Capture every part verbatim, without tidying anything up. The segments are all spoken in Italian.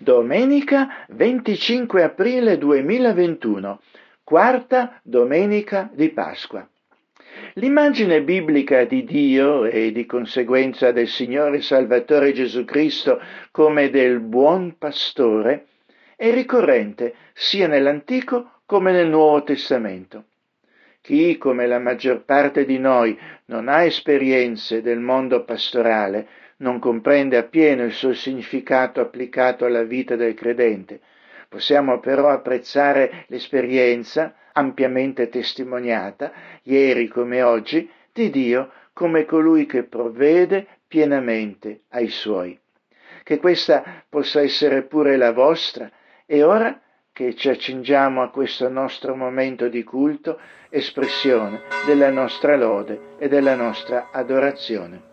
Domenica venticinque aprile duemilaventuno, quarta domenica di Pasqua. L'immagine biblica di Dio e di conseguenza del Signore Salvatore Gesù Cristo come del buon pastore è ricorrente sia nell'Antico come nel Nuovo Testamento. Chi, come la maggior parte di noi, non ha esperienze del mondo pastorale, non comprende appieno il suo significato applicato alla vita del credente. Possiamo però apprezzare l'esperienza, ampiamente testimoniata, ieri come oggi, di Dio come colui che provvede pienamente ai suoi. Che questa possa essere pure la vostra, e ora che ci accingiamo a questo nostro momento di culto, espressione della nostra lode e della nostra adorazione.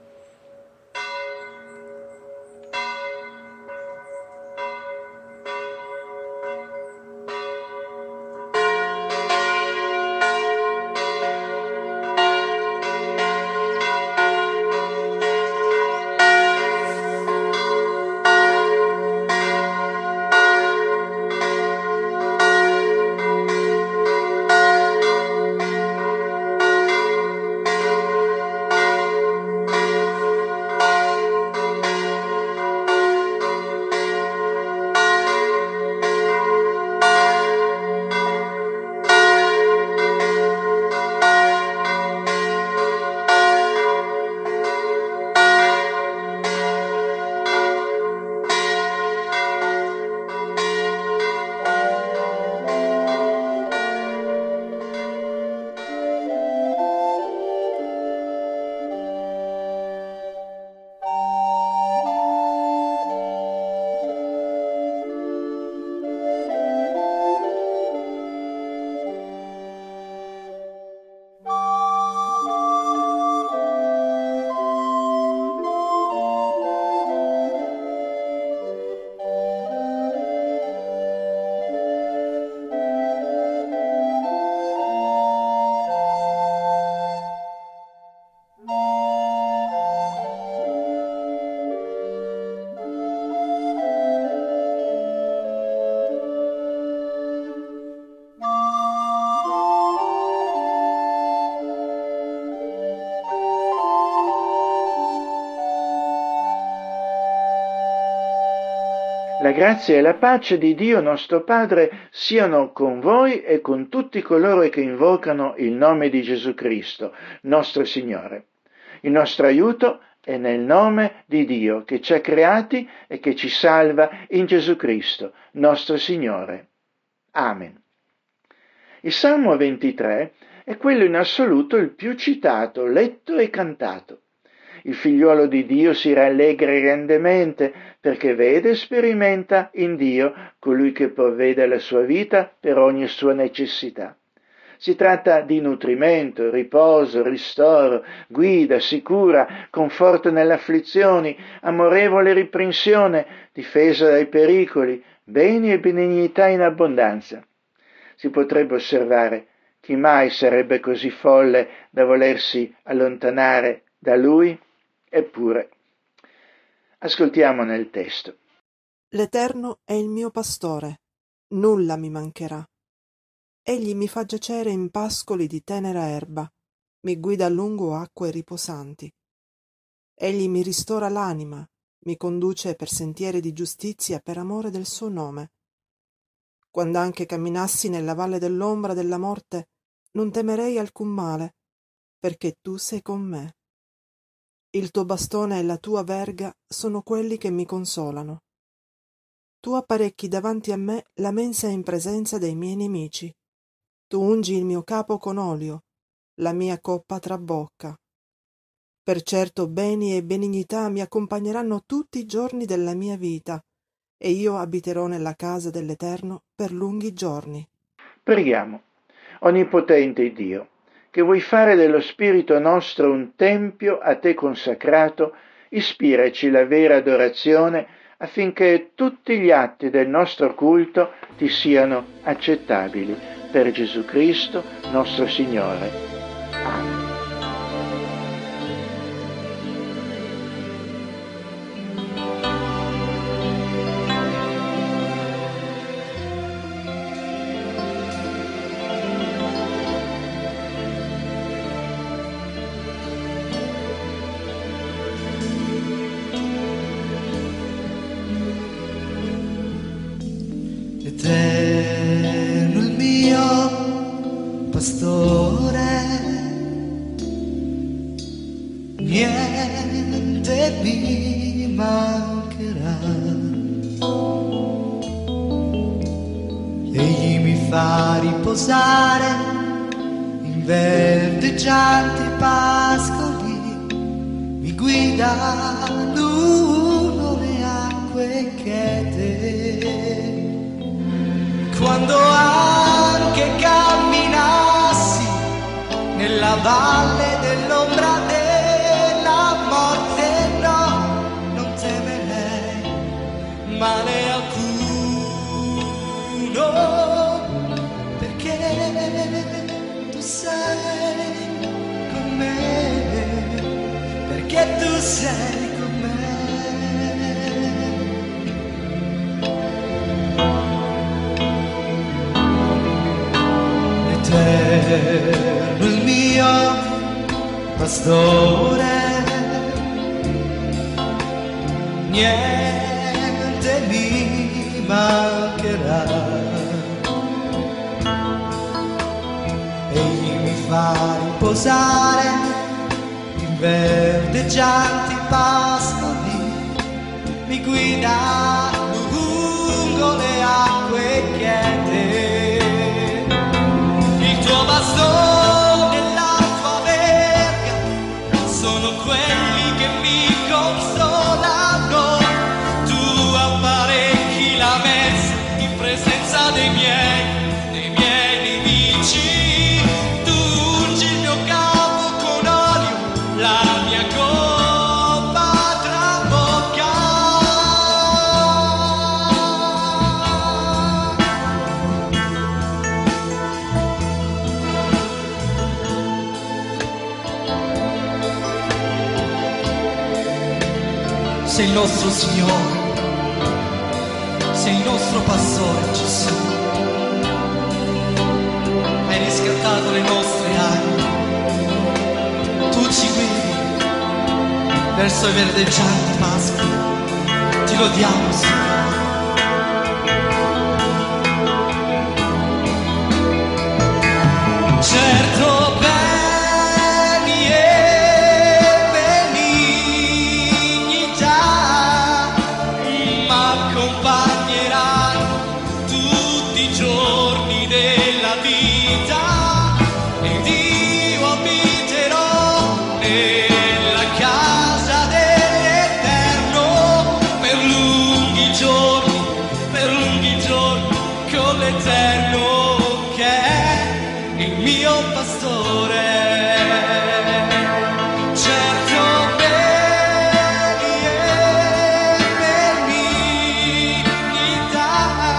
La grazia e la pace di Dio nostro Padre siano con voi e con tutti coloro che invocano il nome di Gesù Cristo, nostro Signore. Il nostro aiuto è nel nome di Dio che ci ha creati e che ci salva in Gesù Cristo, nostro Signore. Amen. Il Salmo ventitré è quello in assoluto il più citato, letto e cantato. Il figliuolo di Dio si rallegra grandemente perché vede e sperimenta in Dio colui che provvede la sua vita per ogni sua necessità. Si tratta di nutrimento, riposo, ristoro, guida, sicura, conforto nelle afflizioni, amorevole riprensione, difesa dai pericoli, beni e benignità in abbondanza. Si potrebbe osservare: chi mai sarebbe così folle da volersi allontanare da Lui? Eppure. Ascoltiamo nel testo. L'Eterno è il mio pastore, nulla mi mancherà. Egli mi fa giacere in pascoli di tenera erba, mi guida lungo acque riposanti. Egli mi ristora l'anima, mi conduce per sentieri di giustizia per amore del suo nome. Quando anche camminassi nella valle dell'ombra della morte, non temerei alcun male, perché tu sei con me. Il tuo bastone e la tua verga sono quelli che mi consolano. Tu apparecchi davanti a me la mensa in presenza dei miei nemici. Tu ungi il mio capo con olio, la mia coppa trabocca. Per certo beni e benignità mi accompagneranno tutti i giorni della mia vita, e io abiterò nella casa dell'Eterno per lunghi giorni. Preghiamo. Onnipotente Dio, che vuoi fare dello spirito nostro un tempio a te consacrato, ispiraci la vera adorazione affinché tutti gli atti del nostro culto ti siano accettabili. Per Gesù Cristo, nostro Signore. Amen. pastore, niente mi mancherà. Egli mi fa riposare in verdeggianti pascoli, mi guida lungo le acque chete. Quando anche camminassi nella valle dell'ombra della morte, no, non temerei male alcuno, perché tu sei con me, perché tu sei con me. Eterno il mio pastore, niente mi mancherà. Egli mi fa riposare in verdeggianti pascoli, mi guida lungo le acque quiete. Il tuo bastone e la tua verga sono quelli che mi consolano. Tu apparecchi la mensa in presenza dei miei, dei miei nemici. Tu ungi il mio capo con olio, la mia coppa trabocca. Sei il nostro Signore, sei il nostro pastore Gesù. Hai riscattato le nostre anime, tu ci guidi verso i verdeggianti pascoli. Ti lodiamo, Signore. Certo beni e benignità m'accompagneranno tutti i giorni della vita, ed io abiterò nella casa dell'Eterno per lunghi giorni, per lunghi giorni, con l'Eterno che è il mio pastore. Certo beni e benignità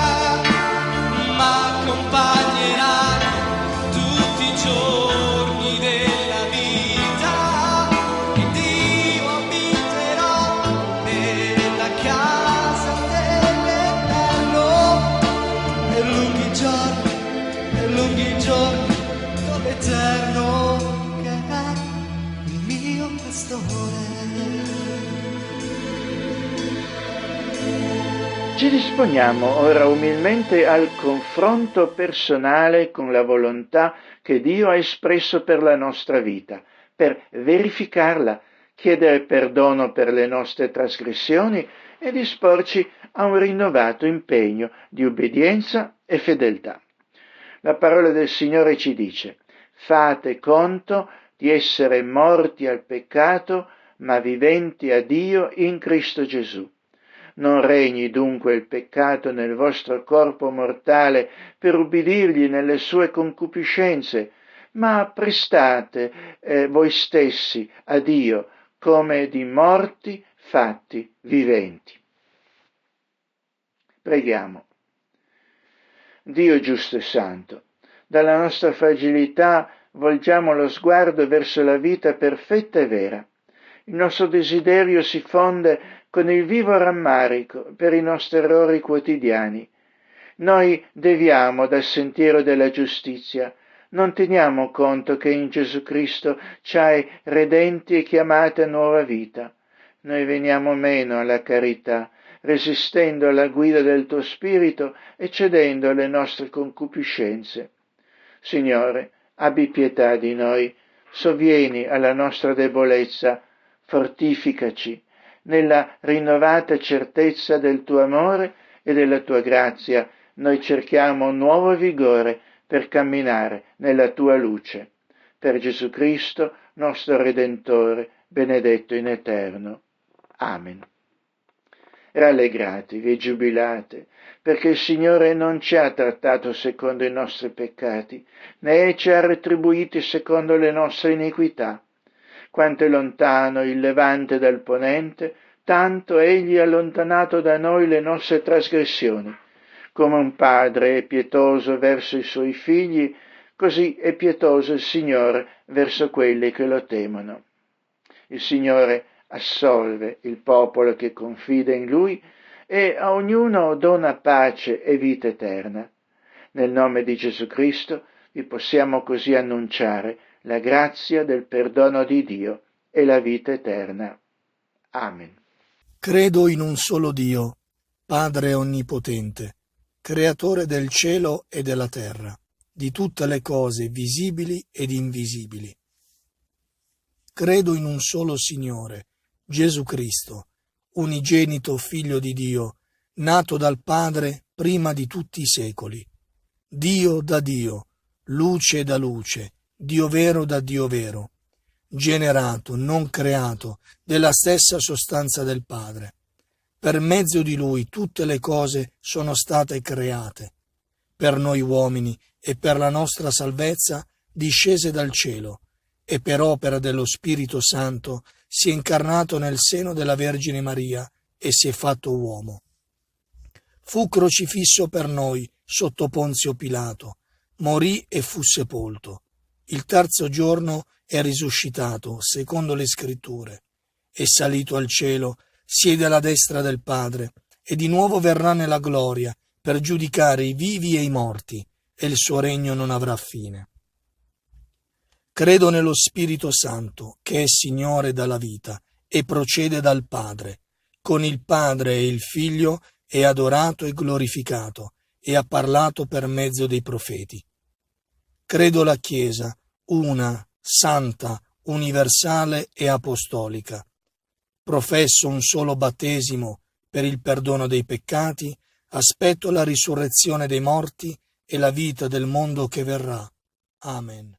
m'accompagneranno tutti i giorni della vita, ed io abiterò nella casa dell'Eterno per lunghi giorni, per lunghi giorni, con l'Eterno che è il mio pastore. Ci disponiamo ora umilmente al confronto personale con la volontà che Dio ha espresso per la nostra vita, per verificarla, chiedere perdono per le nostre trasgressioni e disporci a un rinnovato impegno di obbedienza e fedeltà. La parola del Signore ci dice: fate conto di essere morti al peccato, ma viventi a Dio in Cristo Gesù. Non regni dunque il peccato nel vostro corpo mortale per ubbidirgli nelle sue concupiscenze, ma prestate eh, voi stessi a Dio come di morti fatti viventi. Preghiamo. Dio giusto e santo, dalla nostra fragilità volgiamo lo sguardo verso la vita perfetta e vera. Il nostro desiderio si fonde con il vivo rammarico per i nostri errori quotidiani. Noi deviamo dal sentiero della giustizia, non teniamo conto che in Gesù Cristo ci hai redenti e chiamati a nuova vita. Noi veniamo meno alla carità, resistendo alla guida del tuo Spirito e cedendo alle nostre concupiscenze. Signore, abbi pietà di noi, sovvieni alla nostra debolezza, fortificaci nella rinnovata certezza del tuo amore e della tua grazia. Noi cerchiamo nuovo vigore per camminare nella tua luce. Per Gesù Cristo, nostro Redentore, benedetto in eterno. Amen. Rallegratevi e giubilate, perché il Signore non ci ha trattato secondo i nostri peccati, né ci ha retribuiti secondo le nostre iniquità. Quanto è lontano il Levante dal Ponente, tanto egli ha allontanato da noi le nostre trasgressioni. Come un padre è pietoso verso i suoi figli, così è pietoso il Signore verso quelli che lo temono. Il Signore assolve il popolo che confida in Lui e a ognuno dona pace e vita eterna. Nel nome di Gesù Cristo vi possiamo così annunciare la grazia del perdono di Dio e la vita eterna. Amen. Credo in un solo Dio, Padre Onnipotente, Creatore del cielo e della terra, di tutte le cose visibili ed invisibili. Credo in un solo Signore, Gesù Cristo, unigenito Figlio di Dio, nato dal Padre prima di tutti i secoli, Dio da Dio, luce da luce, Dio vero da Dio vero, generato, non creato, della stessa sostanza del Padre. Per mezzo di Lui tutte le cose sono state create. Per noi uomini e per la nostra salvezza discese dal cielo, e per opera dello Spirito Santo si è incarnato nel seno della Vergine Maria e si è fatto uomo. Fu crocifisso per noi sotto Ponzio Pilato, morì e fu sepolto. Il terzo giorno è risuscitato, secondo le Scritture, è salito al cielo, siede alla destra del Padre, e di nuovo verrà nella gloria per giudicare i vivi e i morti, e il suo regno non avrà fine. Credo nello Spirito Santo, che è Signore dalla vita e procede dal Padre. Con il Padre e il Figlio è adorato e glorificato e ha parlato per mezzo dei profeti. Credo la Chiesa, una, santa, universale e apostolica. Professo un solo battesimo per il perdono dei peccati, aspetto la risurrezione dei morti e la vita del mondo che verrà. Amen.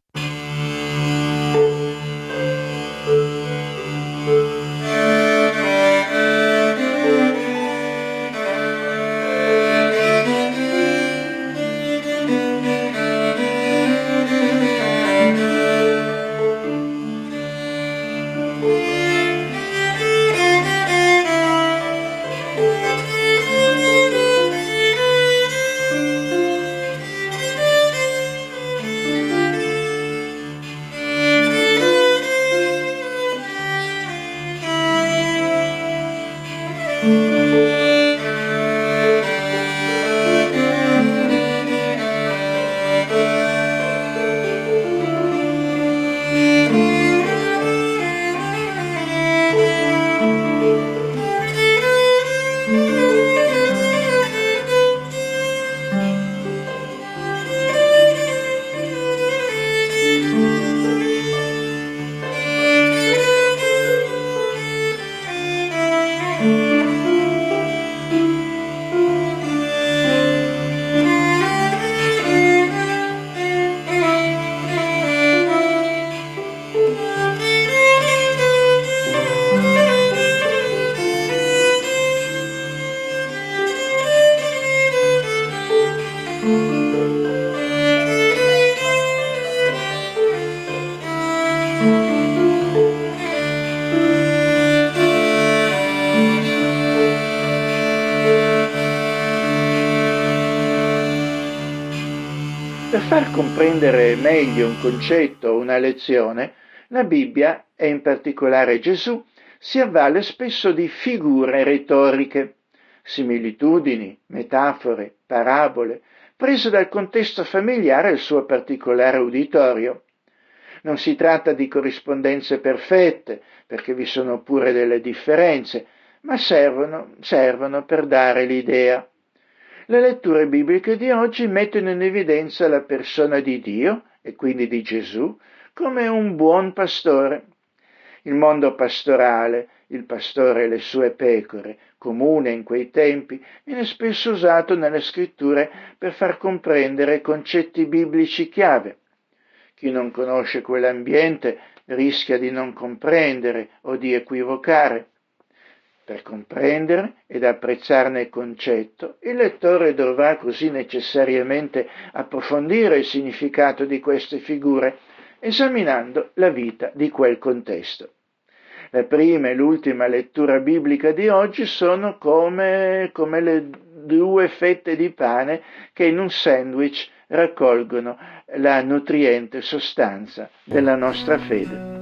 Per far comprendere meglio un concetto o una lezione, la Bibbia, e in particolare Gesù, si avvale spesso di figure retoriche, similitudini, metafore, parabole, prese dal contesto familiare al suo particolare uditorio. Non si tratta di corrispondenze perfette, perché vi sono pure delle differenze, ma servono, servono per dare l'idea. Le letture bibliche di oggi mettono in evidenza la persona di Dio e quindi di Gesù, come un buon pastore. Il mondo pastorale, il pastore e le sue pecore, comune in quei tempi, viene spesso usato nelle scritture per far comprendere concetti biblici chiave. Chi non conosce quell'ambiente rischia di non comprendere o di equivocare. Per comprendere ed apprezzarne il concetto, il lettore dovrà così necessariamente approfondire il significato di queste figure, esaminando la vita di quel contesto. La prima e l'ultima lettura biblica di oggi sono come, come le due fette di pane che in un sandwich raccolgono la nutriente sostanza della nostra fede.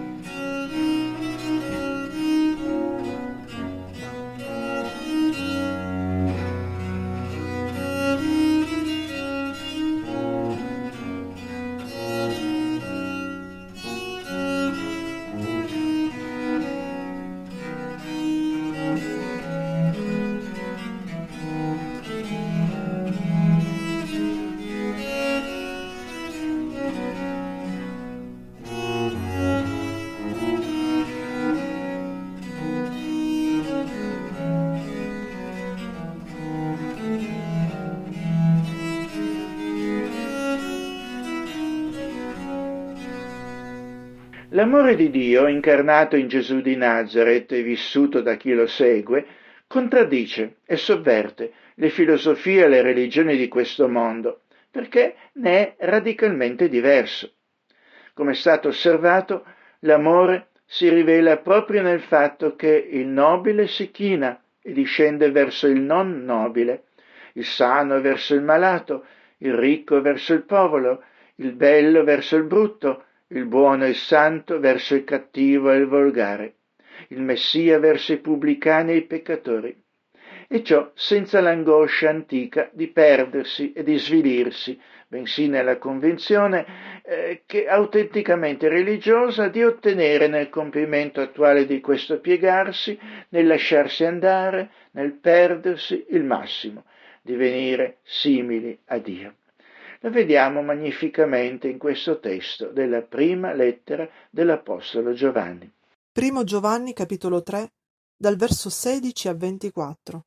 L'amore di Dio, incarnato in Gesù di Nazaret e vissuto da chi lo segue, contraddice e sovverte le filosofie e le religioni di questo mondo, perché ne è radicalmente diverso. Come è stato osservato, l'amore si rivela proprio nel fatto che il nobile si china e discende verso il non nobile, il sano verso il malato, il ricco verso il povero, il bello verso il brutto, il buono e il santo verso il cattivo e il volgare, il Messia verso i pubblicani e i peccatori, e ciò senza l'angoscia antica di perdersi e di svilirsi, bensì nella convinzione eh, che autenticamente religiosa di ottenere nel compimento attuale di questo piegarsi, nel lasciarsi andare, nel perdersi il massimo, di venire simili a Dio. La vediamo magnificamente in questo testo della prima lettera dell'Apostolo Giovanni. Primo Giovanni capitolo tre, dal verso sedici a ventiquattro.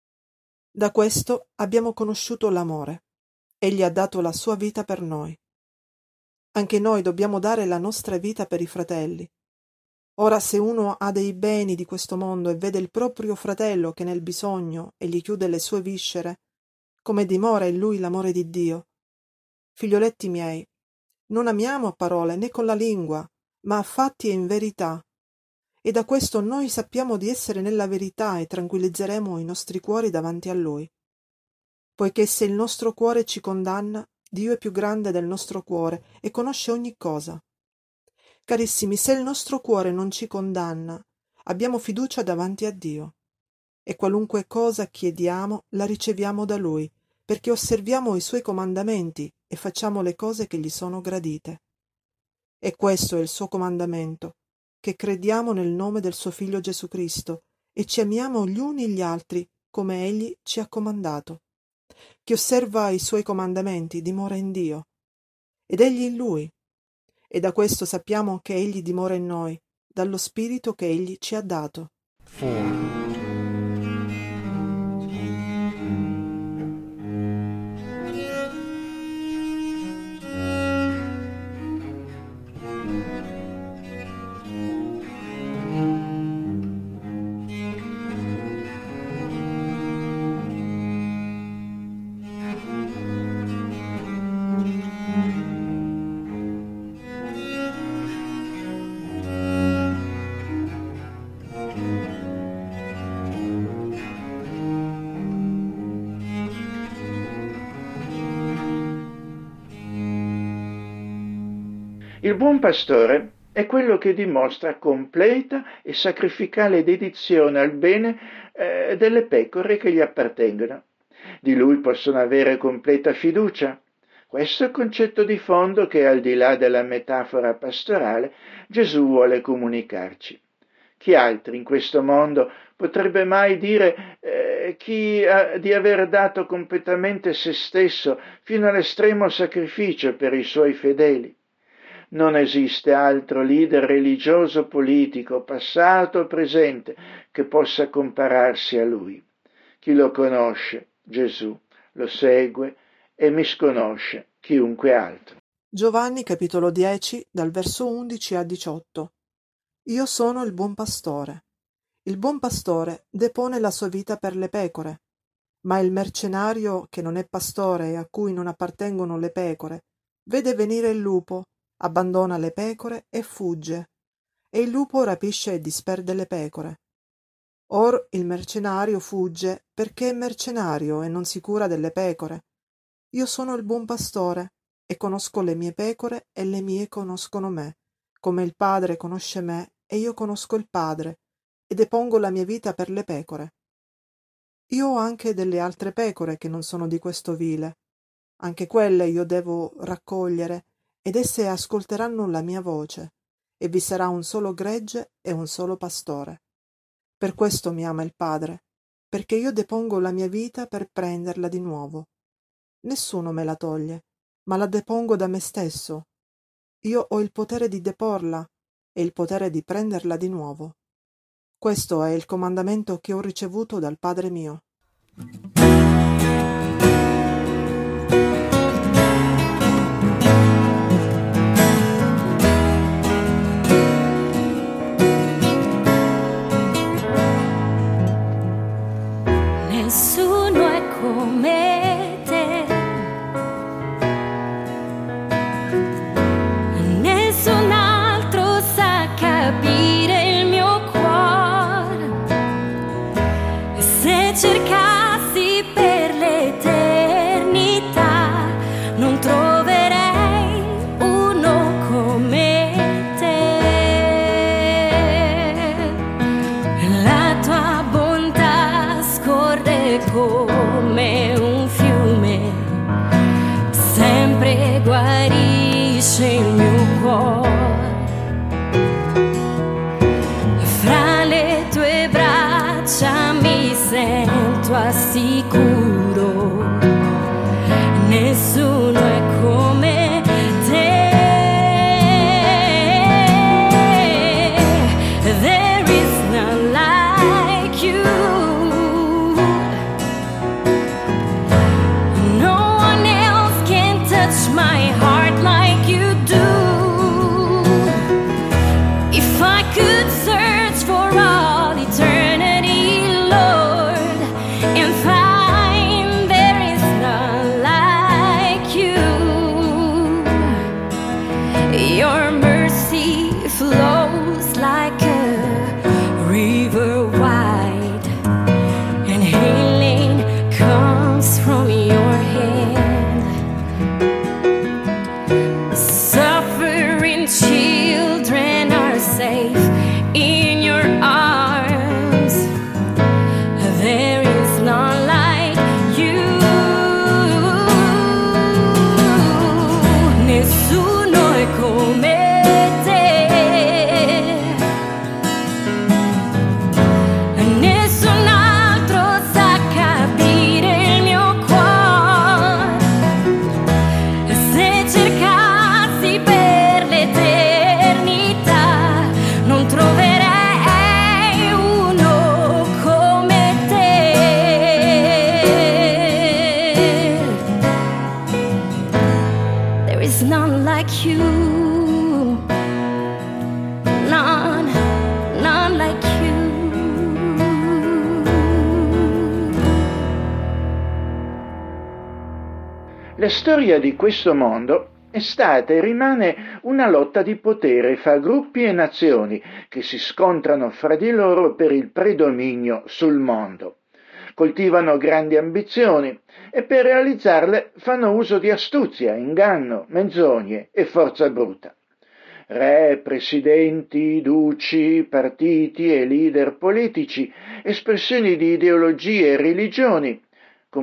Da questo abbiamo conosciuto l'amore. Egli ha dato la sua vita per noi. Anche noi dobbiamo dare la nostra vita per i fratelli. Ora, se uno ha dei beni di questo mondo e vede il proprio fratello che è nel bisogno e gli chiude le sue viscere, come dimora in lui l'amore di Dio? Figlioletti miei, non amiamo a parole né con la lingua, ma a fatti e in verità. E da questo noi sappiamo di essere nella verità e tranquillizzeremo i nostri cuori davanti a Lui. Poiché se il nostro cuore ci condanna, Dio è più grande del nostro cuore e conosce ogni cosa. Carissimi, se il nostro cuore non ci condanna, abbiamo fiducia davanti a Dio. E qualunque cosa chiediamo, la riceviamo da Lui, perché osserviamo i Suoi comandamenti e facciamo le cose che gli sono gradite. E questo è il suo comandamento, che crediamo nel nome del suo Figlio Gesù Cristo e ci amiamo gli uni gli altri come Egli ci ha comandato. Chi osserva i Suoi comandamenti dimora in Dio, ed Egli in Lui. E da questo sappiamo che Egli dimora in noi, dallo Spirito che Egli ci ha dato. four. Il buon pastore è quello che dimostra completa e sacrificale dedizione al bene eh, delle pecore che gli appartengono. Di lui possono avere completa fiducia. Questo è il concetto di fondo che, al di là della metafora pastorale, Gesù vuole comunicarci. Chi altri in questo mondo potrebbe mai dire eh, chi ha, di aver dato completamente se stesso fino all'estremo sacrificio per i suoi fedeli? Non esiste altro leader religioso politico, passato o presente, che possa compararsi a lui. Chi lo conosce, Gesù, lo segue e misconosce chiunque altro. Giovanni capitolo dieci, dal verso undici a diciotto. Io sono il buon pastore. Il buon pastore depone la sua vita per le pecore, ma il mercenario, che non è pastore e a cui non appartengono le pecore, vede venire il lupo, abbandona le pecore e fugge, e il lupo rapisce e disperde le pecore. Or il mercenario fugge perché è mercenario e non si cura delle pecore. Io sono il buon pastore e conosco le mie pecore e le mie conoscono me, come il Padre conosce me e io conosco il Padre, e depongo la mia vita per le pecore. Io ho anche delle altre pecore che non sono di questo vile. Anche quelle io devo raccogliere, ed esse ascolteranno la mia voce, e vi sarà un solo gregge e un solo pastore. Per questo mi ama il Padre, perché io depongo la mia vita per prenderla di nuovo. Nessuno me la toglie, ma la depongo da me stesso. Io ho il potere di deporla e il potere di prenderla di nuovo. Questo è il comandamento che ho ricevuto dal Padre mio. Nessuno è come te, nessun altro sa capire il mio cuore. Se cercassi per l'eternità non troverei uno come te. La tua bontà scorre come un fiume, sempre guarisce il mio cuore. Fra le tue braccia mi sento al sicuro, nessuno è come te. There is none like you. No one else can touch my heart like you do. If I could search for all eternity, Lord, and find there is none like you. Your mercy flows like a river wide, and healing comes from your hand. Suffering children are safe in your arms. There is none like you. Nessuno è come te. Nessun altro sa capire il mio cuore. Se cercassi per l'eternità non troverei uno come te. There is none like you. None, none like you. La storia di questo mondo è stata e rimane una lotta di potere fra gruppi e nazioni che si scontrano fra di loro per il predominio sul mondo. Coltivano grandi ambizioni e per realizzarle fanno uso di astuzia, inganno, menzogne e forza bruta. Re, presidenti, duci, partiti e leader politici, espressioni di ideologie e religioni,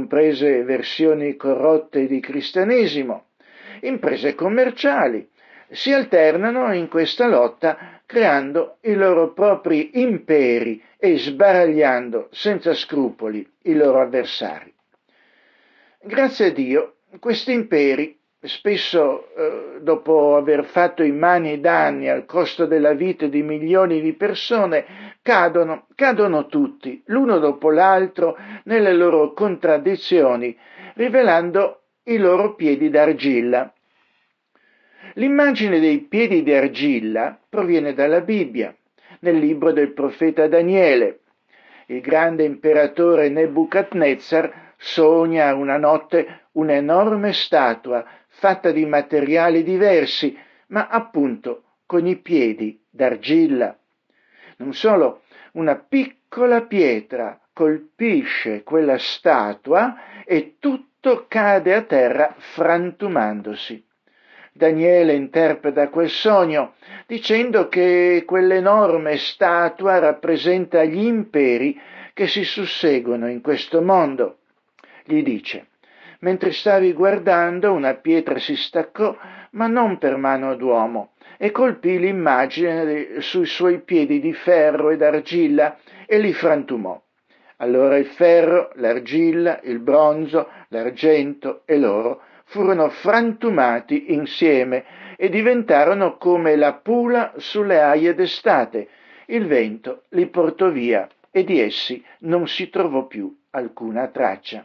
comprese versioni corrotte di cristianesimo, imprese commerciali, si alternano in questa lotta creando i loro propri imperi e sbaragliando senza scrupoli i loro avversari. Grazie a Dio, questi imperi, spesso eh, dopo aver fatto immani danni al costo della vita di milioni di persone, cadono, cadono tutti, l'uno dopo l'altro, nelle loro contraddizioni, rivelando i loro piedi d'argilla. L'immagine dei piedi di argilla proviene dalla Bibbia, nel libro del profeta Daniele. Il grande imperatore Nebuchadnezzar sogna una notte un'enorme statua fatta di materiali diversi, ma appunto con i piedi d'argilla. Non solo, una piccola pietra colpisce quella statua e tutto cade a terra frantumandosi. Daniele interpreta quel sogno dicendo che quell'enorme statua rappresenta gli imperi che si susseguono in questo mondo. Gli dice: mentre stavi guardando, una pietra si staccò, ma non per mano d'uomo, e colpì l'immagine sui suoi piedi di ferro ed argilla e li frantumò. Allora il ferro, l'argilla, il bronzo, l'argento e l'oro furono frantumati insieme e diventarono come la pula sulle aie d'estate. Il vento li portò via e di essi non si trovò più alcuna traccia.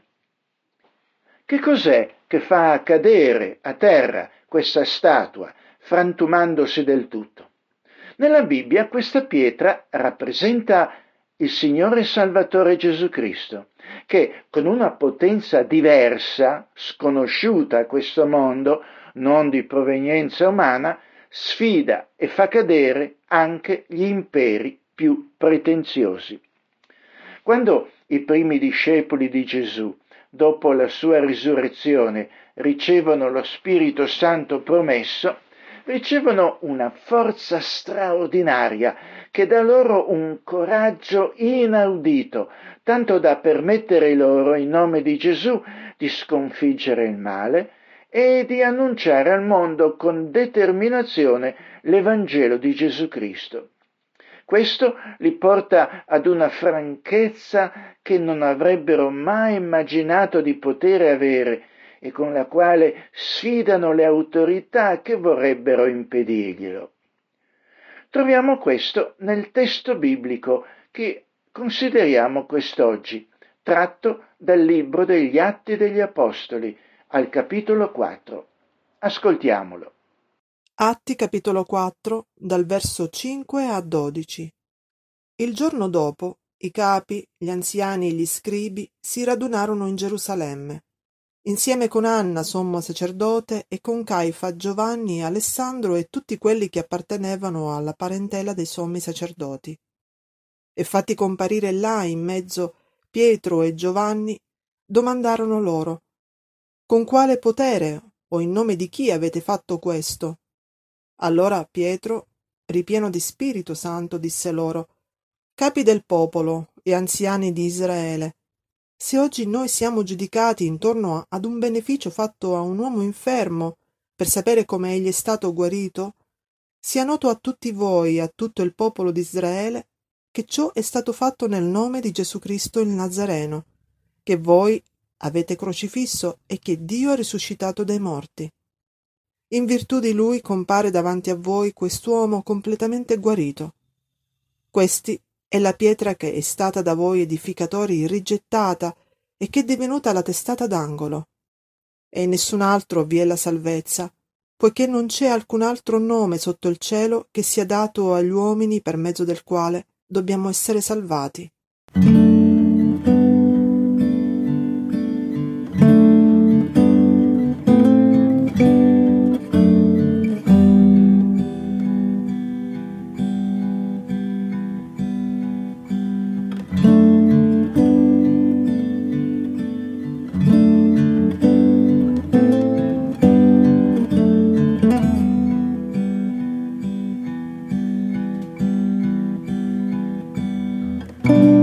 Che cos'è che fa cadere a terra questa statua, frantumandosi del tutto? Nella Bibbia questa pietra rappresenta il Signore Salvatore Gesù Cristo, che con una potenza diversa, sconosciuta a questo mondo, non di provenienza umana, sfida e fa cadere anche gli imperi più pretenziosi. Quando i primi discepoli di Gesù, dopo la sua risurrezione, ricevono lo Spirito Santo promesso, ricevono una forza straordinaria che dà loro un coraggio inaudito, tanto da permettere loro, in nome di Gesù, di sconfiggere il male e di annunciare al mondo con determinazione l'Evangelo di Gesù Cristo. Questo li porta ad una franchezza che non avrebbero mai immaginato di poter avere e con la quale sfidano le autorità che vorrebbero impedirglielo. Troviamo questo nel testo biblico che consideriamo quest'oggi, tratto dal libro degli Atti degli Apostoli, al capitolo quattro. Ascoltiamolo. Atti capitolo quattro, dal verso cinque a dodici. Il giorno dopo, i capi, gli anziani e gli scribi si radunarono in Gerusalemme, insieme con Anna, sommo sacerdote, e con Caifa, Giovanni, Alessandro e tutti quelli che appartenevano alla parentela dei sommi sacerdoti. E fatti comparire là in mezzo Pietro e Giovanni, domandarono loro: con quale potere o in nome di chi avete fatto questo? Allora Pietro, ripieno di Spirito Santo, disse loro: capi del popolo e anziani di Israele, se oggi noi siamo giudicati intorno ad un beneficio fatto a un uomo infermo per sapere come egli è stato guarito, sia noto a tutti voi e a tutto il popolo di Israele che ciò è stato fatto nel nome di Gesù Cristo il Nazareno, che voi avete crocifisso e che Dio ha risuscitato dai morti. In virtù di lui compare davanti a voi quest'uomo completamente guarito. Questi è la pietra che è stata da voi edificatori rigettata e che è divenuta la testata d'angolo. E in nessun altro vi è la salvezza, poiché non c'è alcun altro nome sotto il cielo che sia dato agli uomini per mezzo del quale dobbiamo essere salvati. you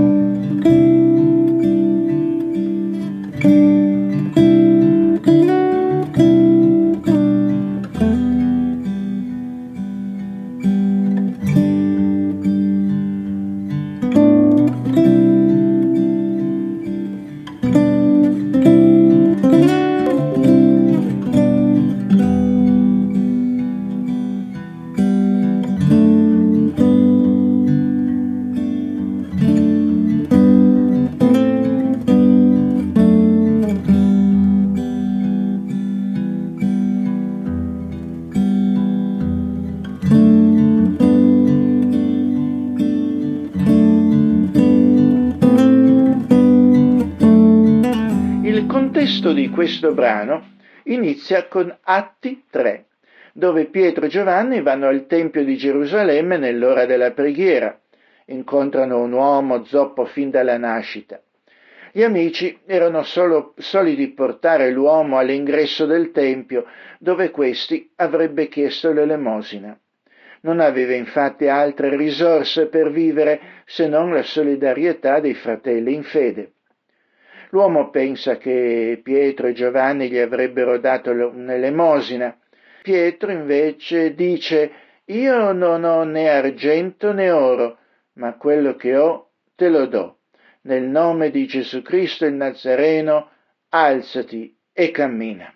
testo di questo brano inizia con Atti tre, dove Pietro e Giovanni vanno al Tempio di Gerusalemme nell'ora della preghiera. Incontrano un uomo zoppo fin dalla nascita. Gli amici erano solo soliti portare l'uomo all'ingresso del Tempio, dove questi avrebbe chiesto l'elemosina. Non aveva infatti altre risorse per vivere se non la solidarietà dei fratelli in fede. L'uomo pensa che Pietro e Giovanni gli avrebbero dato un'elemosina. Pietro invece dice: «Io non ho né argento né oro, ma quello che ho te lo do. Nel nome di Gesù Cristo il Nazareno, alzati e cammina».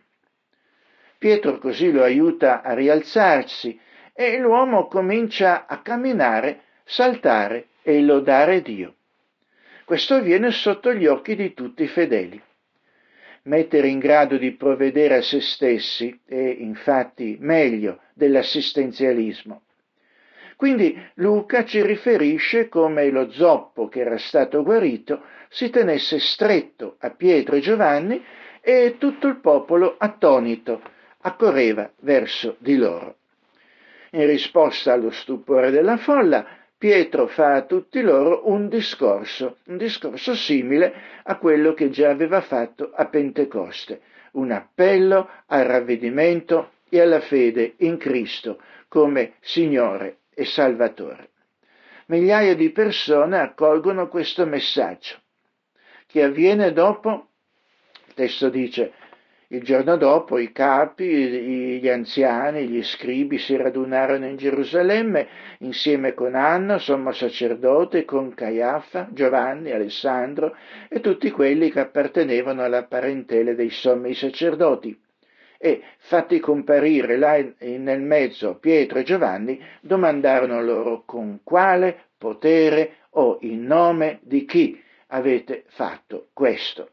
Pietro così lo aiuta a rialzarsi e l'uomo comincia a camminare, saltare e lodare Dio. Questo avviene sotto gli occhi di tutti i fedeli. Mettere in grado di provvedere a se stessi è infatti meglio dell'assistenzialismo. Quindi Luca ci riferisce come lo zoppo che era stato guarito si tenesse stretto a Pietro e Giovanni e tutto il popolo attonito accorreva verso di loro. In risposta allo stupore della folla, Pietro fa a tutti loro un discorso, un discorso simile a quello che già aveva fatto a Pentecoste, un appello al ravvedimento e alla fede in Cristo come Signore e Salvatore. Migliaia di persone accolgono questo messaggio, che avviene dopo, il testo dice, il giorno dopo i capi, gli anziani, gli scribi si radunarono in Gerusalemme insieme con Anna, sommo sacerdote, con Caiafa, Giovanni, Alessandro e tutti quelli che appartenevano alla parentela dei sommi sacerdoti. E, fatti comparire là nel mezzo Pietro e Giovanni, domandarono loro: con quale potere o in nome di chi avete fatto questo?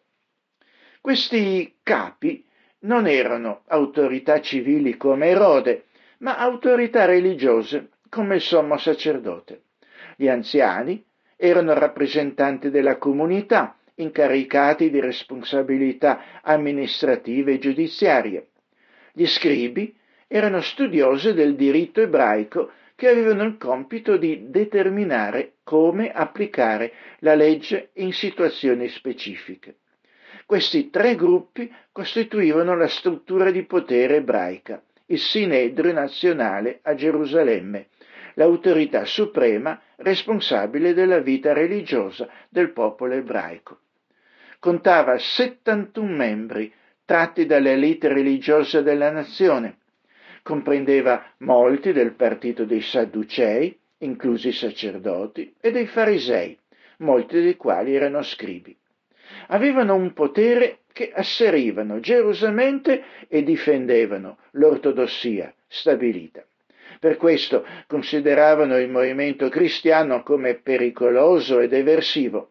Questi capi non erano autorità civili come Erode, ma autorità religiose come il sommo sacerdote. Gli anziani erano rappresentanti della comunità, incaricati di responsabilità amministrative e giudiziarie. Gli scribi erano studiosi del diritto ebraico che avevano il compito di determinare come applicare la legge in situazioni specifiche. Questi tre gruppi costituivano la struttura di potere ebraica, il Sinedrio nazionale a Gerusalemme, l'autorità suprema responsabile della vita religiosa del popolo ebraico. Contava settantuno membri tratti dalle elite religiose della nazione. Comprendeva molti del partito dei Sadducei, inclusi i sacerdoti, e dei Farisei, molti dei quali erano scribi. Avevano un potere che asserivano gelosamente e difendevano l'ortodossia stabilita. Per questo consideravano il movimento cristiano come pericoloso ed eversivo.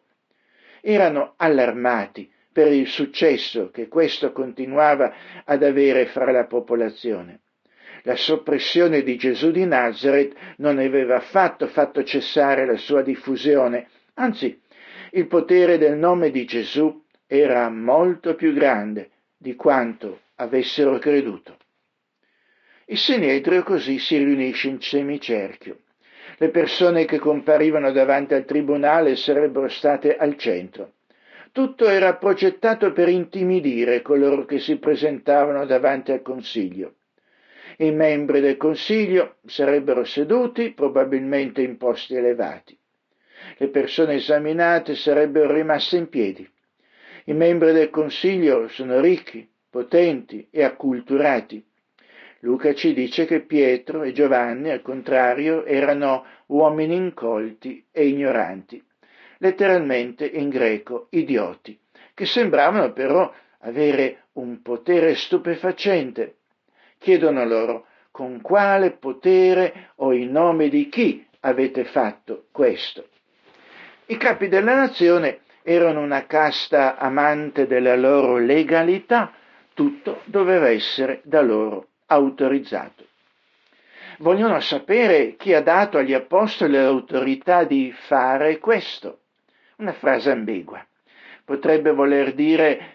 Erano allarmati per il successo che questo continuava ad avere fra la popolazione. La soppressione di Gesù di Nazareth non aveva affatto fatto cessare la sua diffusione, anzi, il potere del nome di Gesù era molto più grande di quanto avessero creduto. Il Sinedrio così si riunisce in semicerchio. Le persone che comparivano davanti al tribunale sarebbero state al centro. Tutto era progettato per intimidire coloro che si presentavano davanti al Consiglio. I membri del Consiglio sarebbero seduti, probabilmente in posti elevati. Le persone esaminate sarebbero rimaste in piedi. I membri del Consiglio sono ricchi, potenti e acculturati. Luca ci dice che Pietro e Giovanni, al contrario, erano uomini incolti e ignoranti, letteralmente in greco idioti, che sembravano però avere un potere stupefacente. Chiedono loro: con quale potere o in nome di chi avete fatto questo? I capi della nazione erano una casta amante della loro legalità, tutto doveva essere da loro autorizzato. Vogliono sapere chi ha dato agli apostoli l'autorità di fare questo. Una frase ambigua. Potrebbe voler dire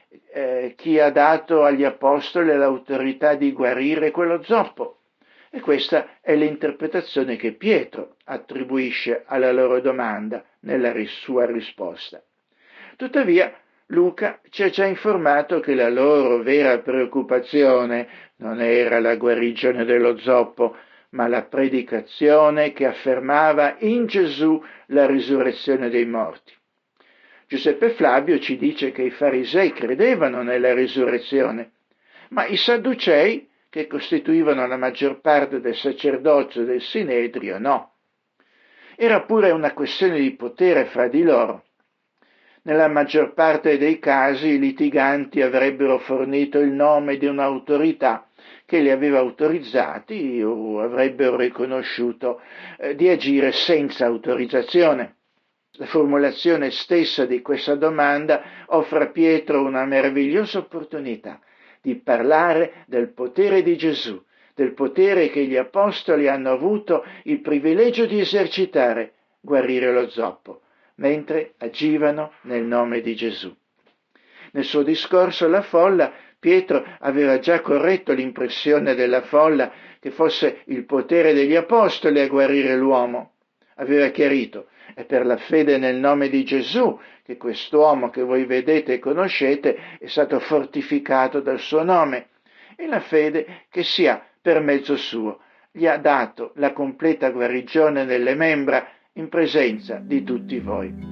eh, chi ha dato agli apostoli l'autorità di guarire quello zoppo. E questa è l'interpretazione che Pietro attribuisce alla loro domanda nella sua risposta. Tuttavia, Luca ci ha già informato che la loro vera preoccupazione non era la guarigione dello zoppo, ma la predicazione che affermava in Gesù la risurrezione dei morti. Giuseppe Flavio ci dice che i farisei credevano nella risurrezione, ma i sadducei, che costituivano la maggior parte del sacerdozio del Sinedrio, no. Era pure una questione di potere fra di loro. Nella maggior parte dei casi i litiganti avrebbero fornito il nome di un'autorità che li aveva autorizzati o avrebbero riconosciuto eh, di agire senza autorizzazione. La formulazione stessa di questa domanda offre a Pietro una meravigliosa opportunità di parlare del potere di Gesù, del potere che gli apostoli hanno avuto il privilegio di esercitare, guarire lo zoppo, mentre agivano nel nome di Gesù. Nel suo discorso alla folla, Pietro aveva già corretto l'impressione della folla che fosse il potere degli apostoli a guarire l'uomo. Aveva chiarito: è per la fede nel nome di Gesù che quest'uomo che voi vedete e conoscete è stato fortificato dal suo nome, e la fede che si ha per mezzo suo gli ha dato la completa guarigione delle membra in presenza di tutti voi.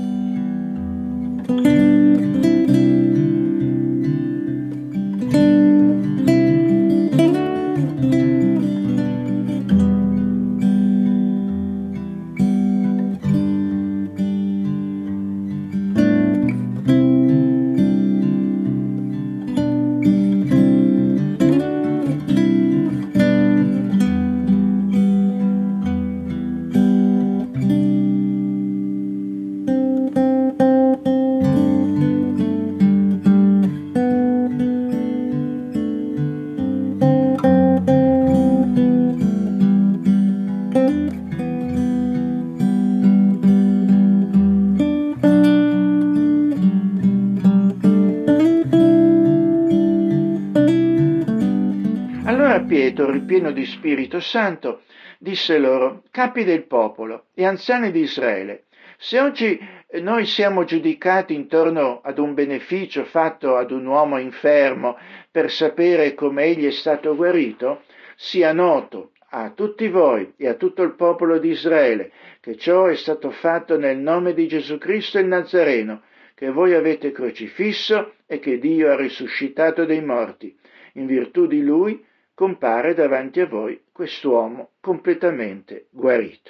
Pietro, ripieno di Spirito Santo, disse loro: capi del popolo e anziani di Israele, se oggi noi siamo giudicati intorno ad un beneficio fatto ad un uomo infermo per sapere come egli è stato guarito, sia noto a tutti voi e a tutto il popolo di Israele che ciò è stato fatto nel nome di Gesù Cristo il Nazareno, che voi avete crocifisso e che Dio ha risuscitato dai morti. In virtù di lui compare davanti a voi quest'uomo completamente guarito.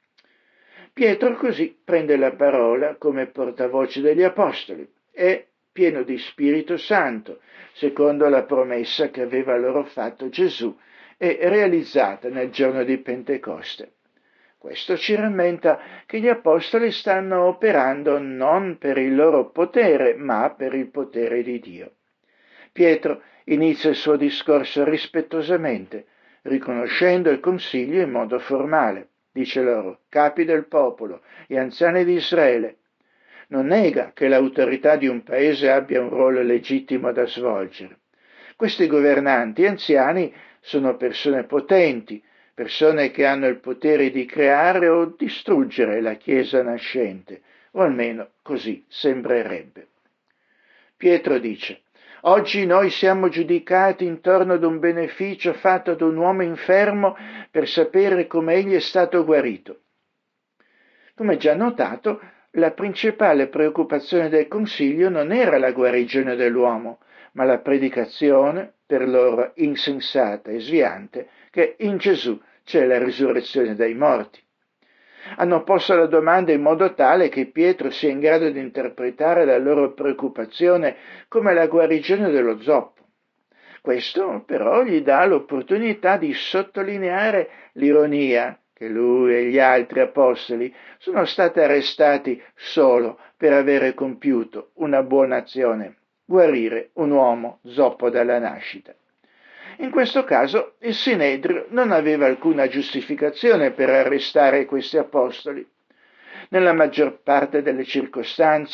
Pietro così prende la parola come portavoce degli apostoli e, pieno di Spirito Santo, secondo la promessa che aveva loro fatto Gesù e realizzata nel giorno di Pentecoste. Questo ci rammenta che gli apostoli stanno operando non per il loro potere, ma per il potere di Dio. Pietro inizia il suo discorso rispettosamente, riconoscendo il consiglio in modo formale. Dice loro: capi del popolo e anziani di Israele. Non nega che l'autorità di un paese abbia un ruolo legittimo da svolgere. Questi governanti anziani sono persone potenti, persone che hanno il potere di creare o distruggere la Chiesa nascente, o almeno così sembrerebbe. Pietro dice: oggi noi siamo giudicati intorno ad un beneficio fatto ad un uomo infermo per sapere come egli è stato guarito. Come già notato, la principale preoccupazione del Consiglio non era la guarigione dell'uomo, ma la predicazione, per loro insensata e sviante, che in Gesù c'è la risurrezione dai morti. Hanno posto la domanda in modo tale che Pietro sia in grado di interpretare la loro preoccupazione come la guarigione dello zoppo. Questo però gli dà l'opportunità di sottolineare l'ironia che lui e gli altri apostoli sono stati arrestati solo per avere compiuto una buona azione, guarire un uomo zoppo dalla nascita. In questo caso il Sinedrio non aveva alcuna giustificazione per arrestare questi apostoli. Nella maggior parte delle circostanze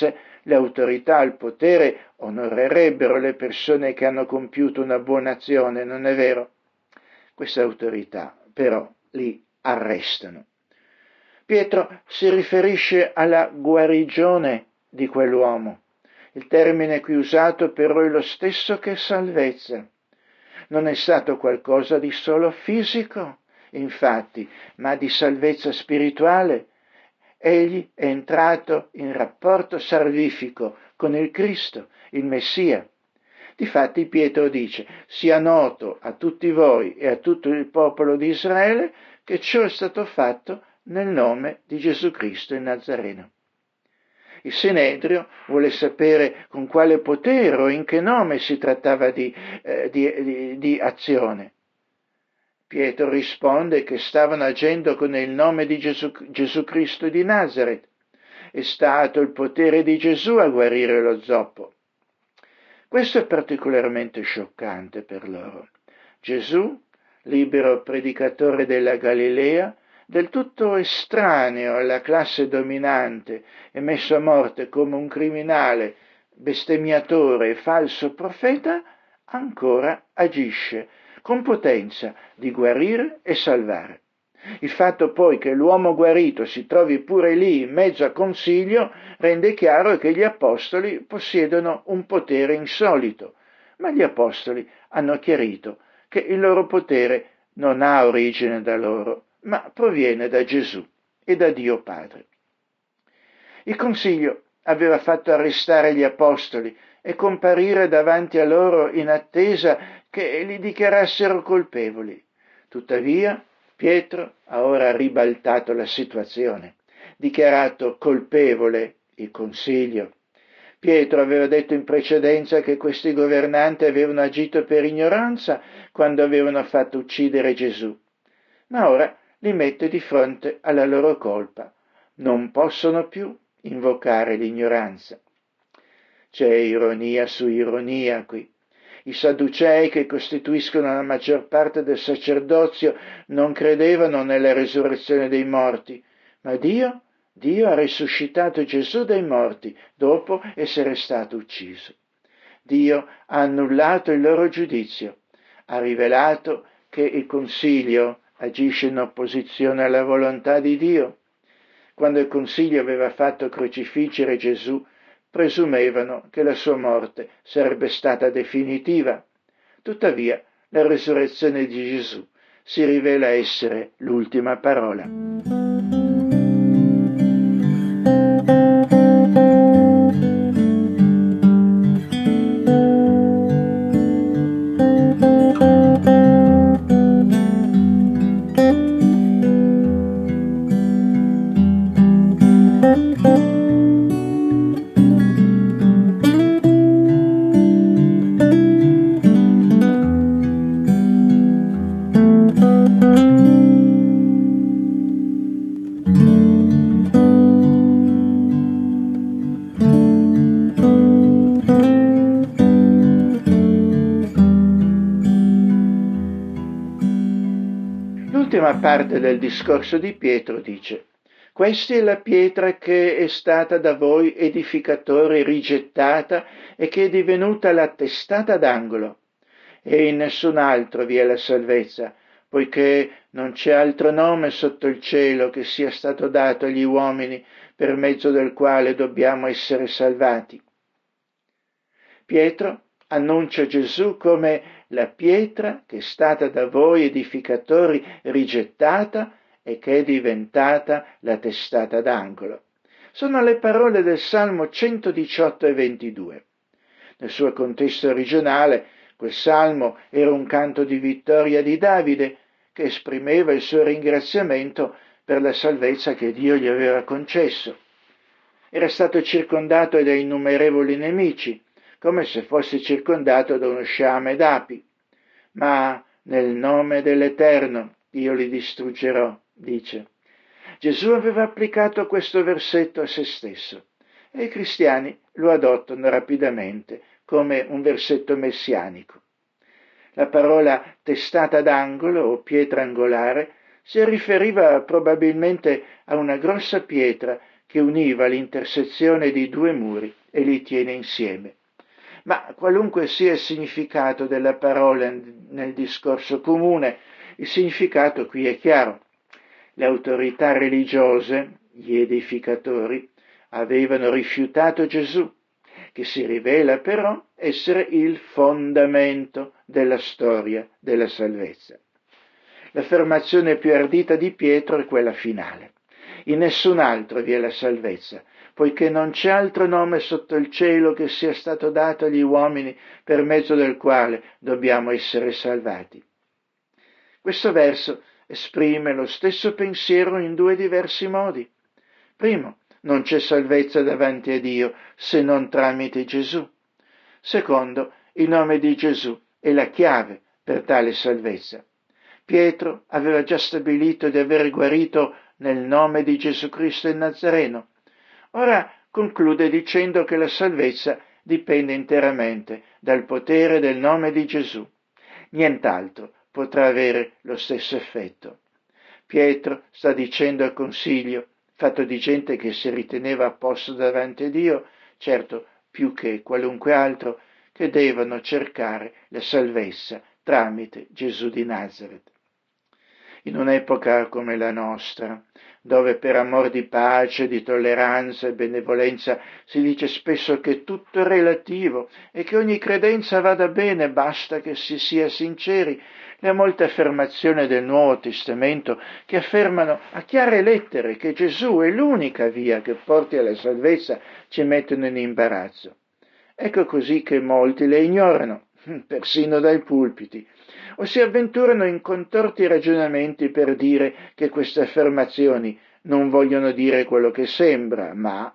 Le autorità, il potere onorerebbero le persone che hanno compiuto una buona azione, non è vero? Queste autorità però li arrestano. Pietro si riferisce alla guarigione di quell'uomo. Il termine qui usato però è lo stesso che salvezza. Non è stato qualcosa di solo fisico, infatti, ma di salvezza spirituale. Egli è entrato in rapporto salvifico con il Cristo, il Messia. Difatti Pietro dice: sia noto a tutti voi e a tutto il popolo di Israele che ciò è stato fatto nel nome di Gesù Cristo il Nazareno. Il Sinedrio vuole sapere con quale potere o in che nome si trattava di, eh, di, di, di azione. Pietro risponde che stavano agendo con il nome di Gesù, Gesù Cristo di Nazaret. È stato il potere di Gesù a guarire lo zoppo. Questo è particolarmente scioccante per loro. Gesù, libero predicatore della Galilea, del tutto estraneo alla classe dominante e messo a morte come un criminale, bestemmiatore e falso profeta, ancora agisce con potenza di guarire e salvare. Il fatto poi che l'uomo guarito si trovi pure lì in mezzo a consiglio rende chiaro che gli apostoli possiedono un potere insolito, ma gli apostoli hanno chiarito che il loro potere non ha origine da loro, ma proviene da Gesù e da Dio Padre. Il consiglio aveva fatto arrestare gli apostoli e comparire davanti a loro in attesa che li dichiarassero colpevoli. Tuttavia, Pietro ha ora ribaltato la situazione, dichiarato colpevole il consiglio. Pietro aveva detto in precedenza che questi governanti avevano agito per ignoranza quando avevano fatto uccidere Gesù, ma ora li mette di fronte alla loro colpa. Non possono più invocare l'ignoranza. C'è ironia su ironia qui. I Sadducei, che costituiscono la maggior parte del sacerdozio, non credevano nella resurrezione dei morti, ma Dio, Dio ha risuscitato Gesù dai morti dopo essere stato ucciso. Dio ha annullato il loro giudizio, ha rivelato che il Consiglio agisce in opposizione alla volontà di Dio. Quando il Consiglio aveva fatto crocifiggere Gesù, presumevano che la sua morte sarebbe stata definitiva. Tuttavia, la risurrezione di Gesù si rivela essere l'ultima parola. L'ultima parte del discorso di Pietro dice: questa è la pietra che è stata da voi edificatori rigettata e che è divenuta la testata d'angolo. E in nessun altro vi è la salvezza, poiché non c'è altro nome sotto il cielo che sia stato dato agli uomini per mezzo del quale dobbiamo essere salvati. Pietro annuncia Gesù come la pietra che è stata da voi edificatori rigettata e che è diventata la testata d'angolo. Sono le parole del Salmo centodiciotto e ventidue. Nel suo contesto originale, quel salmo era un canto di vittoria di Davide che esprimeva il suo ringraziamento per la salvezza che Dio gli aveva concesso. Era stato circondato da innumerevoli nemici, come se fosse circondato da uno sciame d'api. Ma nel nome dell'Eterno io li distruggerò, dice. Gesù aveva applicato questo versetto a se stesso e i cristiani lo adottano rapidamente come un versetto messianico. La parola testata d'angolo o pietra angolare si riferiva probabilmente a una grossa pietra che univa l'intersezione di due muri e li tiene insieme. Ma qualunque sia il significato della parola nel discorso comune, il significato qui è chiaro. Le autorità religiose, gli edificatori, avevano rifiutato Gesù, che si rivela però essere il fondamento della storia della salvezza. L'affermazione più ardita di Pietro è quella finale. In nessun altro vi è la salvezza, poiché non c'è altro nome sotto il cielo che sia stato dato agli uomini per mezzo del quale dobbiamo essere salvati. Questo verso esprime lo stesso pensiero in due diversi modi. Primo, non c'è salvezza davanti a Dio se non tramite Gesù. Secondo, il nome di Gesù è la chiave per tale salvezza. Pietro aveva già stabilito di aver guarito nel nome di Gesù Cristo il Nazareno. Ora conclude dicendo che la salvezza dipende interamente dal potere del nome di Gesù. Nient'altro potrà avere lo stesso effetto. Pietro sta dicendo al Consiglio, fatto di gente che si riteneva a posto davanti a Dio, certo più che qualunque altro, che devono cercare la salvezza tramite Gesù di Nazaret. In un'epoca come la nostra, dove per amor di pace, di tolleranza e benevolenza si dice spesso che tutto è relativo e che ogni credenza vada bene, basta che si sia sinceri, le molte affermazioni del Nuovo Testamento che affermano a chiare lettere che Gesù è l'unica via che porti alla salvezza ci mettono in imbarazzo. Ecco così che molti le ignorano, persino dai pulpiti, o si avventurano in contorti ragionamenti per dire che queste affermazioni non vogliono dire quello che sembra, ma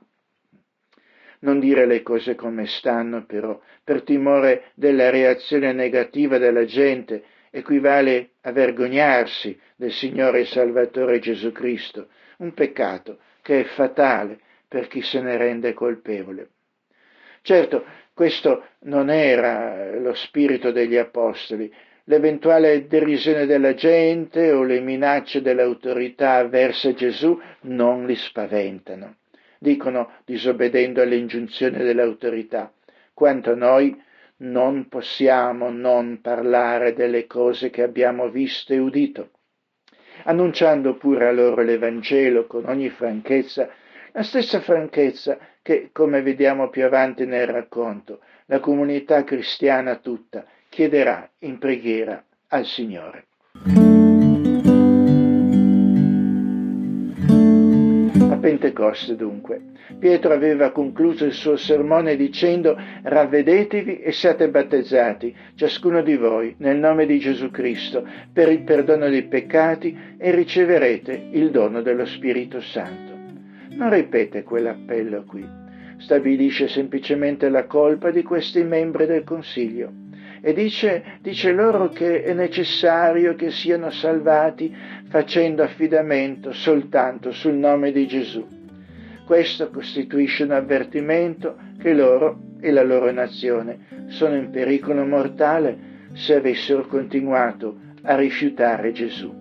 non dire le cose come stanno, però, per timore della reazione negativa della gente, equivale a vergognarsi del Signore e Salvatore Gesù Cristo, un peccato che è fatale per chi se ne rende colpevole. Certo, questo non era lo spirito degli apostoli. L'eventuale derisione della gente o le minacce dell'autorità avverse a Gesù non li spaventano. Dicono, disobbedendo alle ingiunzioni dell'autorità, quanto a noi non possiamo non parlare delle cose che abbiamo visto e udito, annunciando pure a loro l'Evangelo con ogni franchezza, la stessa franchezza che, come vediamo più avanti nel racconto, la comunità cristiana tutta chiederà in preghiera al Signore. A Pentecoste, dunque, Pietro aveva concluso il suo sermone dicendo: «Ravvedetevi e siate battezzati, ciascuno di voi, nel nome di Gesù Cristo, per il perdono dei peccati e riceverete il dono dello Spirito Santo». Non ripete quell'appello qui, stabilisce semplicemente la colpa di questi membri del Consiglio e dice, dice loro che è necessario che siano salvati facendo affidamento soltanto sul nome di Gesù. Questo costituisce un avvertimento che loro e la loro nazione sono in pericolo mortale se avessero continuato a rifiutare Gesù.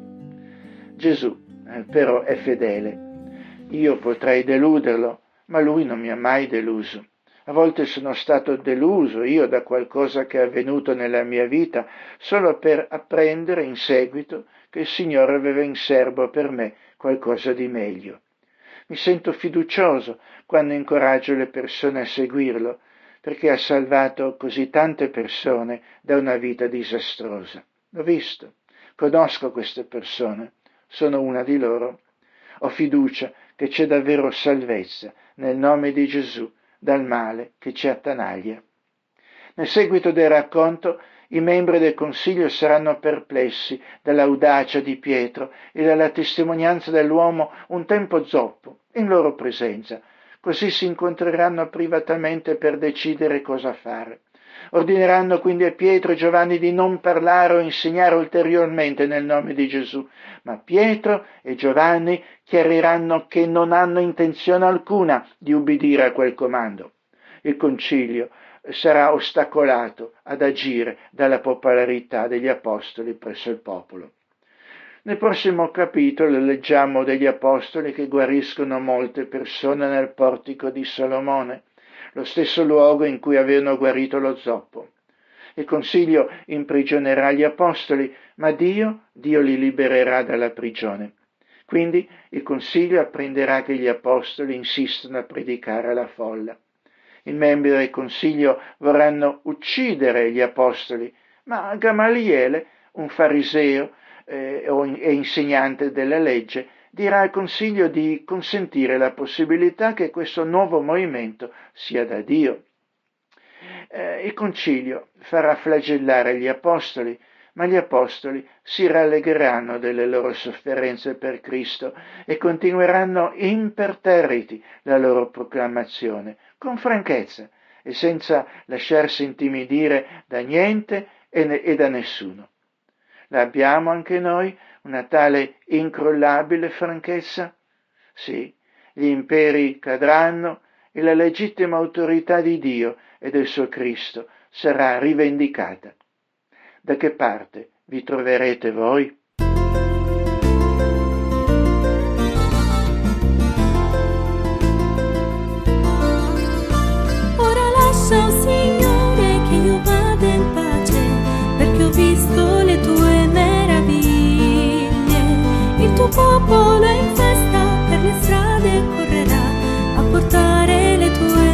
Gesù eh, però è fedele. Io potrei deluderlo, ma lui non mi ha mai deluso. A volte sono stato deluso io da qualcosa che è avvenuto nella mia vita solo per apprendere in seguito che il Signore aveva in serbo per me qualcosa di meglio. Mi sento fiducioso quando incoraggio le persone a seguirlo, perché ha salvato così tante persone da una vita disastrosa. L'ho visto, conosco queste persone, sono una di loro. Ho fiducia che c'è davvero salvezza nel nome di Gesù dal male che ci attanaglia. Nel seguito del racconto, i membri del Consiglio saranno perplessi dall'audacia di Pietro e dalla testimonianza dell'uomo un tempo zoppo in loro presenza. Così si incontreranno privatamente per decidere cosa fare. Ordineranno quindi a Pietro e Giovanni di non parlare o insegnare ulteriormente nel nome di Gesù, ma Pietro e Giovanni chiariranno che non hanno intenzione alcuna di ubbidire a quel comando. Il concilio sarà ostacolato ad agire dalla popolarità degli apostoli presso il popolo. Nel prossimo capitolo leggiamo degli apostoli che guariscono molte persone nel portico di Salomone, lo stesso luogo in cui avevano guarito lo zoppo. Il consiglio imprigionerà gli apostoli, ma Dio, Dio li libererà dalla prigione. Quindi il consiglio apprenderà che gli apostoli insistono a predicare alla folla. I membri del consiglio vorranno uccidere gli apostoli, ma Gamaliele, un fariseo eh, e insegnante della legge, dirà al consiglio di consentire la possibilità che questo nuovo movimento sia da Dio. Eh, il concilio farà flagellare gli apostoli, ma gli apostoli si rallegreranno delle loro sofferenze per Cristo e continueranno imperterriti la loro proclamazione, con franchezza e senza lasciarsi intimidire da niente e, ne- e da nessuno. L'abbiamo anche noi una tale incrollabile franchezza? Sì, gli imperi cadranno e la legittima autorità di Dio e del suo Cristo sarà rivendicata. Da che parte vi troverete voi? Ora lascia, oh Signore, che io vada in pace, perché ho visto le tue meraviglie. Il tuo popolo è in festa, per le strade correrà a portare le tue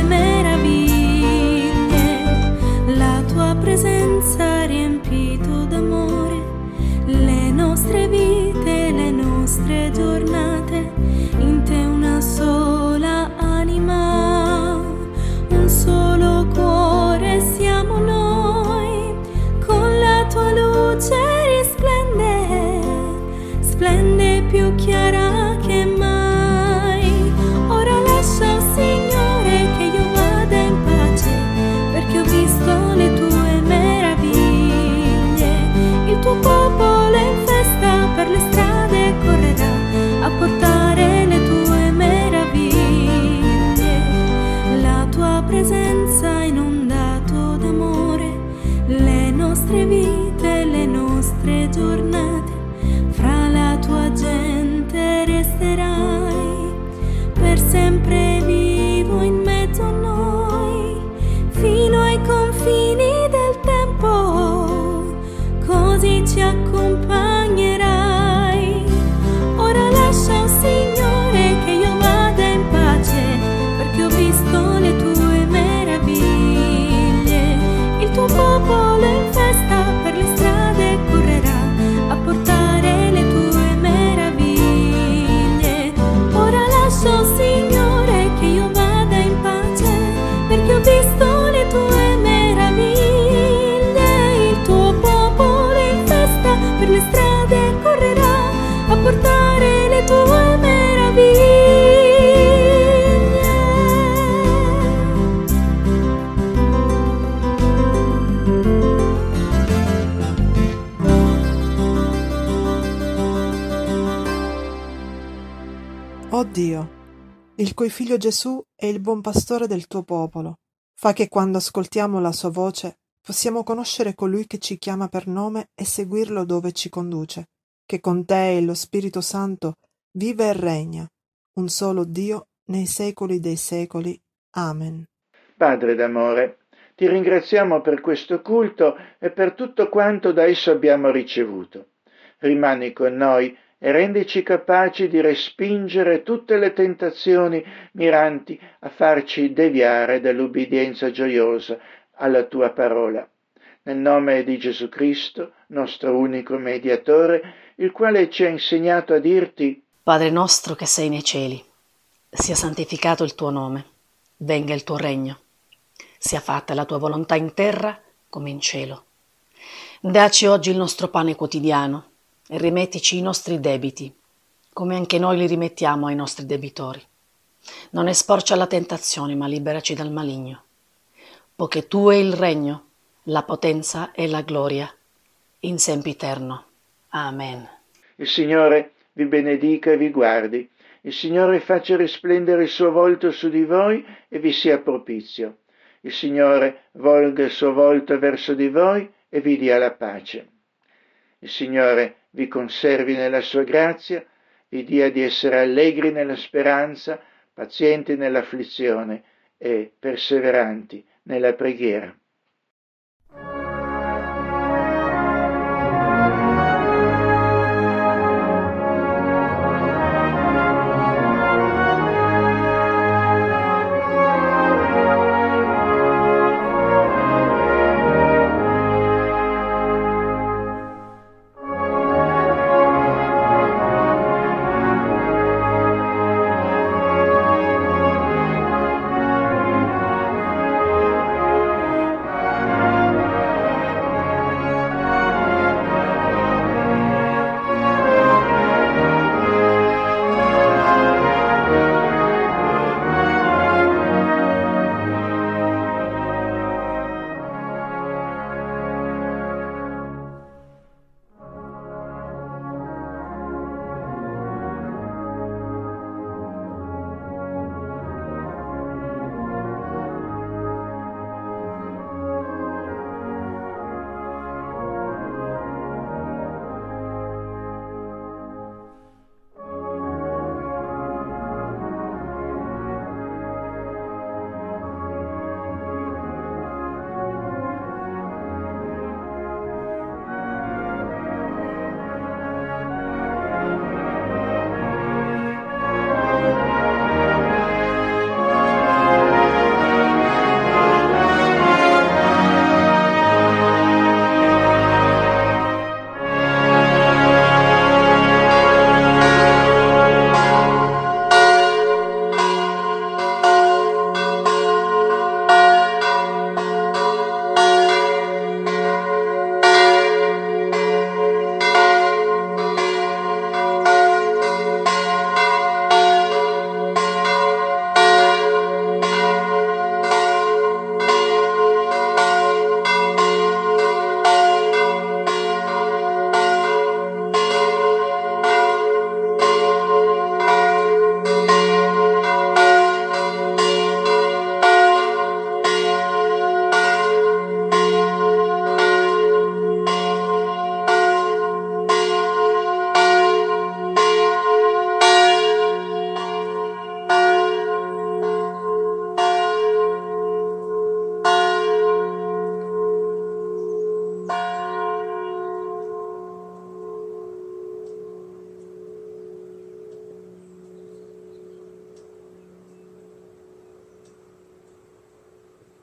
meraviglie. La tua presenza ha riempito d'amore le nostre vite, le nostre giornate. In te una sola anima, un solo cuore siamo noi. Con la tua luce risplende, splende più chiara che mai. Ora lascia, oh Signore, che io vada in pace, perché ho visto le tue meraviglie. Il tuo popolo è in festa, per le strade correrà a portare le tue meraviglie. La tua presenza ha inondato d'amore le nostre vite, le nostre giornate. Fra la tua gente resterai, per sempre vivo in mezzo a noi, fino ai confini del tempo, così ci accompagnerai. Ora lascia, oh Signore, che io vada in pace, perché ho visto le tue meraviglie. Il tuo popolo è in festa, per le strade correrà a portare le tue meraviglie. Ora lascia, oh Signore, che io vada in pace, perché ho visto le tue meraviglie. Il tuo popolo è in festa, per le strade correrà a portare le tue meraviglie. Oh Dio, il cui figlio Gesù è il buon pastore del tuo popolo, fa che quando ascoltiamo la sua voce possiamo conoscere colui che ci chiama per nome e seguirlo dove ci conduce, che con te e lo Spirito Santo vive e regna, un solo Dio nei secoli dei secoli. Amen. Padre d'amore, ti ringraziamo per questo culto e per tutto quanto da esso abbiamo ricevuto. Rimani con noi e rendici capaci di respingere tutte le tentazioni miranti a farci deviare dall'ubbidienza gioiosa alla tua parola. Nel nome di Gesù Cristo, nostro unico mediatore, il quale ci ha insegnato a dirti: Padre nostro che sei nei cieli, sia santificato il tuo nome, venga il tuo regno, sia fatta la tua volontà in terra come in cielo. Dacci oggi il nostro pane quotidiano e rimettici i nostri debiti, come anche noi li rimettiamo ai nostri debitori. Non esporci alla tentazione, ma liberaci dal maligno. Poiché tu è il regno, la potenza e la gloria, in sempiterno. Amen. Il Signore vi benedica e vi guardi. Il Signore faccia risplendere il suo volto su di voi e vi sia propizio. Il Signore volga il suo volto verso di voi e vi dia la pace. Il Signore vi conservi nella sua grazia, vi dia di essere allegri nella speranza, pazienti nell'afflizione e perseveranti nella preghiera.